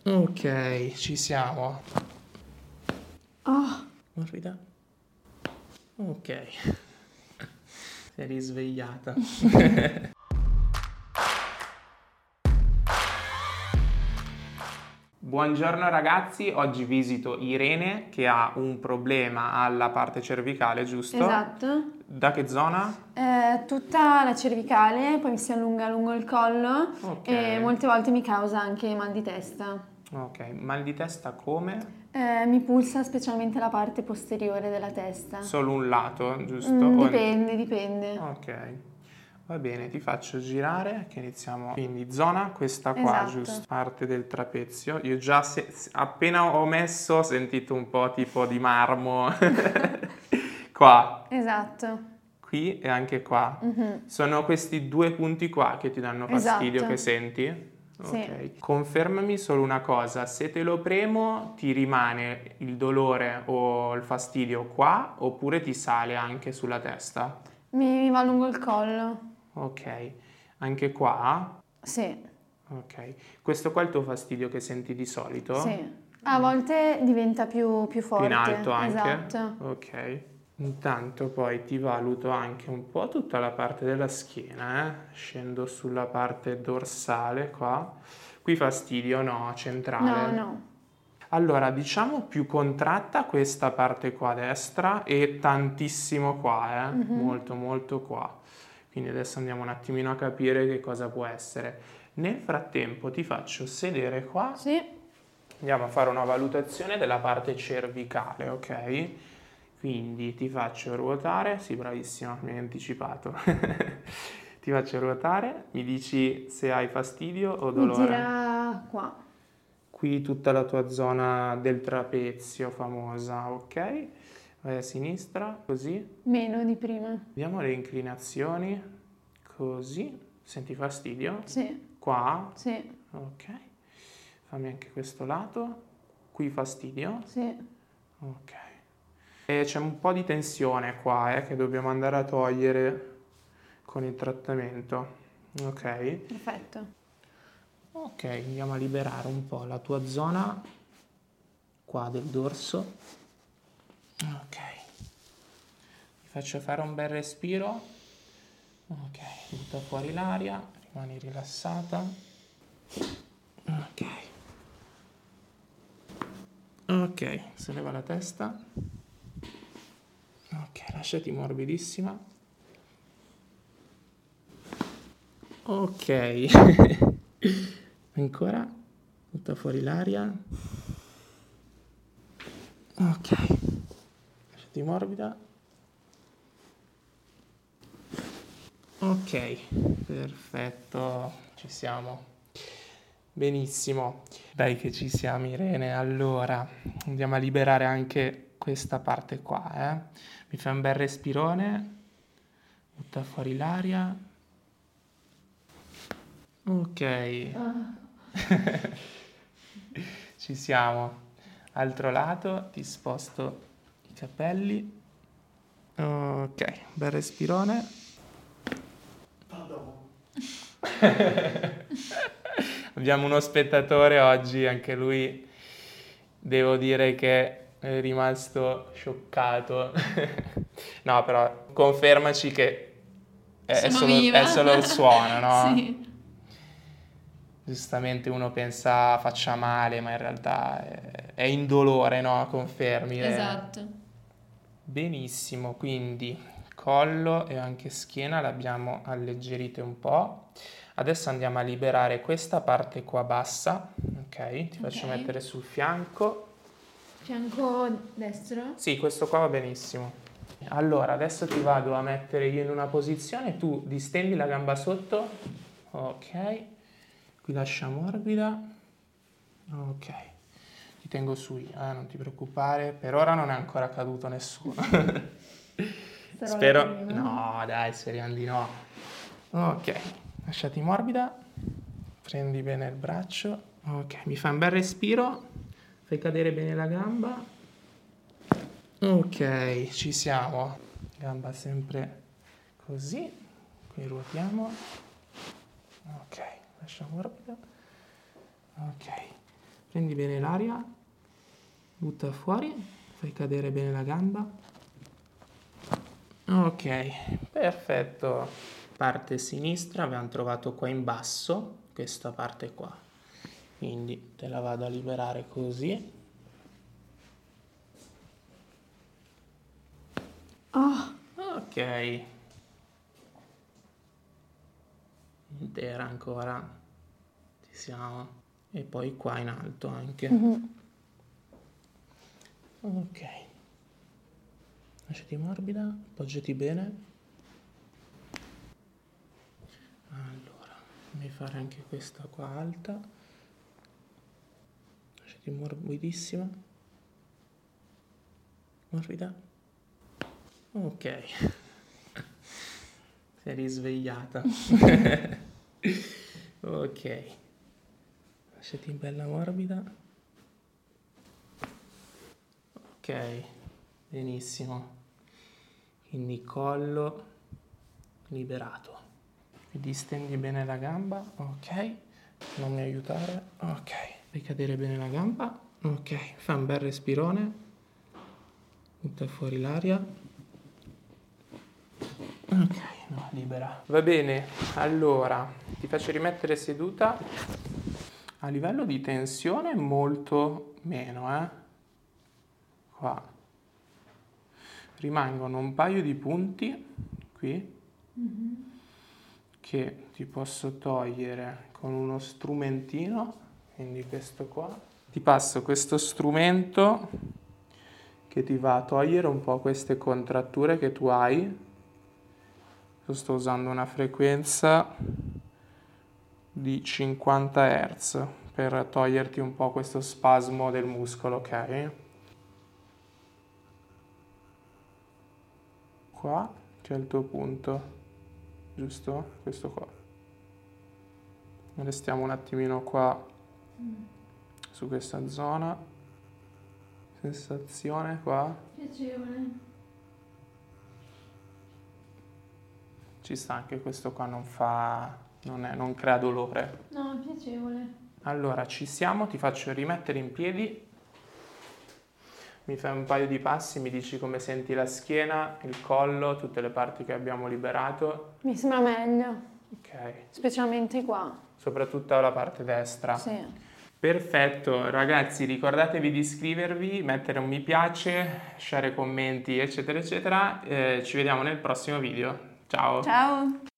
Ok, ci siamo. Oh, Morbida. Ok. Sei risvegliata. Buongiorno ragazzi, oggi visito Irene che ha un problema alla parte cervicale, giusto? esatto. Da che zona? Tutta la cervicale, poi mi si allunga lungo il collo Ok. e molte volte mi causa anche mal di testa. Ok, mal di testa come? Mi pulsa specialmente la parte posteriore della testa. Solo un lato, giusto? O Dipende. Ok, va bene, ti faccio girare che iniziamo. Quindi zona questa qua, Esatto. giusto? Parte del trapezio. Io già appena ho messo ho sentito un po' tipo di marmo. Qua, Esatto. qui e anche qua. Sono questi due punti qua che ti danno fastidio, Esatto. che senti? Sì. Ok. Confermami solo una cosa, se te lo premo ti rimane il dolore o il fastidio qua oppure ti sale anche sulla testa? Mi va lungo il collo. Ok, anche qua? Sì. Ok. Questo qua è il tuo fastidio che senti di solito? Sì. A volte diventa più Più in forte. alto anche? Esatto. Ok. Intanto poi ti valuto anche un po' tutta la parte della schiena, Scendo sulla parte dorsale qua. Qui fastidio, no, centrale. No. Allora, diciamo più contratta questa parte qua a destra e tantissimo qua, molto molto qua. Quindi adesso andiamo un attimino a capire che cosa può essere. Nel frattempo ti faccio sedere qua. Sì. Andiamo a fare una valutazione della parte cervicale, ok? Quindi ti faccio ruotare, sì, bravissima, mi hai anticipato. Ti faccio ruotare, mi dici se hai fastidio o Mi dolore. gira qua. Qui tutta la tua zona del trapezio famosa, ok? Vai a sinistra, così. Meno di prima. Vediamo le inclinazioni, così. Senti fastidio? Sì. Qua? Sì. Ok. Fammi anche questo lato. Qui fastidio? Sì. Ok. E c'è un po' di tensione qua, che dobbiamo andare a togliere con il trattamento. Ok? Perfetto. Ok, andiamo a liberare un po' la tua zona qua del dorso. Ok. Ti faccio fare un bel respiro. Ok, butta fuori l'aria, rimani rilassata. Ok. Ok, solleva la testa. Ok, lasciati morbidissima. Ok. Ancora. Butta fuori l'aria. Ok. Lasciati morbida. Ok, perfetto, ci siamo. Benissimo. Dai che ci siamo, Irene. Allora, andiamo a liberare anche questa parte qua, Mi fai un bel respirone. Butta fuori l'aria. Ok. Ci siamo. Altro lato, ti sposto i capelli. Ok, bel respirone. Abbiamo uno spettatore oggi, anche lui devo dire che è rimasto scioccato. No, però confermaci che è Sono solo, viva. è solo il suono, no? Sì. Giustamente uno pensa faccia male, ma in realtà è indolore, no? Confermi. Esatto. Benissimo, quindi collo e anche schiena l'abbiamo alleggerite un po'. Adesso andiamo a liberare questa parte qua bassa, ok? Ti faccio mettere sul fianco. Fianco destro? Sì, questo qua va benissimo. Allora, adesso ti vado a mettere io in una posizione, tu distendi la gamba sotto, ok, qui lascia morbida, ok, ti tengo su io, non ti preoccupare, per ora non è ancora caduto nessuno. Sarò Spero, la prima. no dai, speriamo di no. Ok, lasciati morbida, prendi bene il braccio, ok, mi fai un bel respiro, fai cadere bene la gamba. Ok, ci siamo. Gamba sempre così. Qui ruotiamo. Ok, lascia morbida. Ok. Prendi bene l'aria, butta fuori, fai cadere bene la gamba. Ok, perfetto. Parte sinistra abbiamo trovato qua in basso, questa parte qua. Quindi te la vado a liberare così. Oh, Ok. Intera ancora. Ci siamo. E poi qua in alto anche. Ok. Lasciati morbida, appoggiati bene. Allora, fammi fare anche questa qua alta. Lasciati morbidissima. Morbida. Ok. Si è risvegliata. Ok. Lasciati bella morbida. Ok, benissimo. Quindi collo liberato. Distendi bene la gamba, ok. Non mi aiutare, ok. Fai cadere bene la gamba, ok. Fai un bel respirone. Butta fuori l'aria. Ok, no, libera. Va bene, allora ti faccio rimettere seduta. A livello di tensione molto meno, Qua. Rimangono un paio di punti qui che ti posso togliere con uno strumentino, quindi questo qua. Ti passo questo strumento che ti va a togliere un po' queste contratture che tu hai. Io sto usando una frequenza di 50 Hz per toglierti un po' questo spasmo del muscolo, ok? Qua, che è il tuo punto, giusto? Questo qua. Restiamo un attimino qua su questa zona. Sensazione qua. piacevole. Ci sta anche questo qua, non crea dolore. No, è piacevole. Allora, ci siamo, ti faccio rimettere in piedi. Mi fai un paio di passi, mi dici come senti la schiena, il collo, tutte le parti che abbiamo liberato. Mi sembra meglio, Ok. specialmente qua. Soprattutto la parte destra. Sì. Perfetto, ragazzi, ricordatevi di iscrivervi, mettere un mi piace, lasciare commenti, eccetera, eccetera. Ci vediamo nel prossimo video. Ciao! Ciao!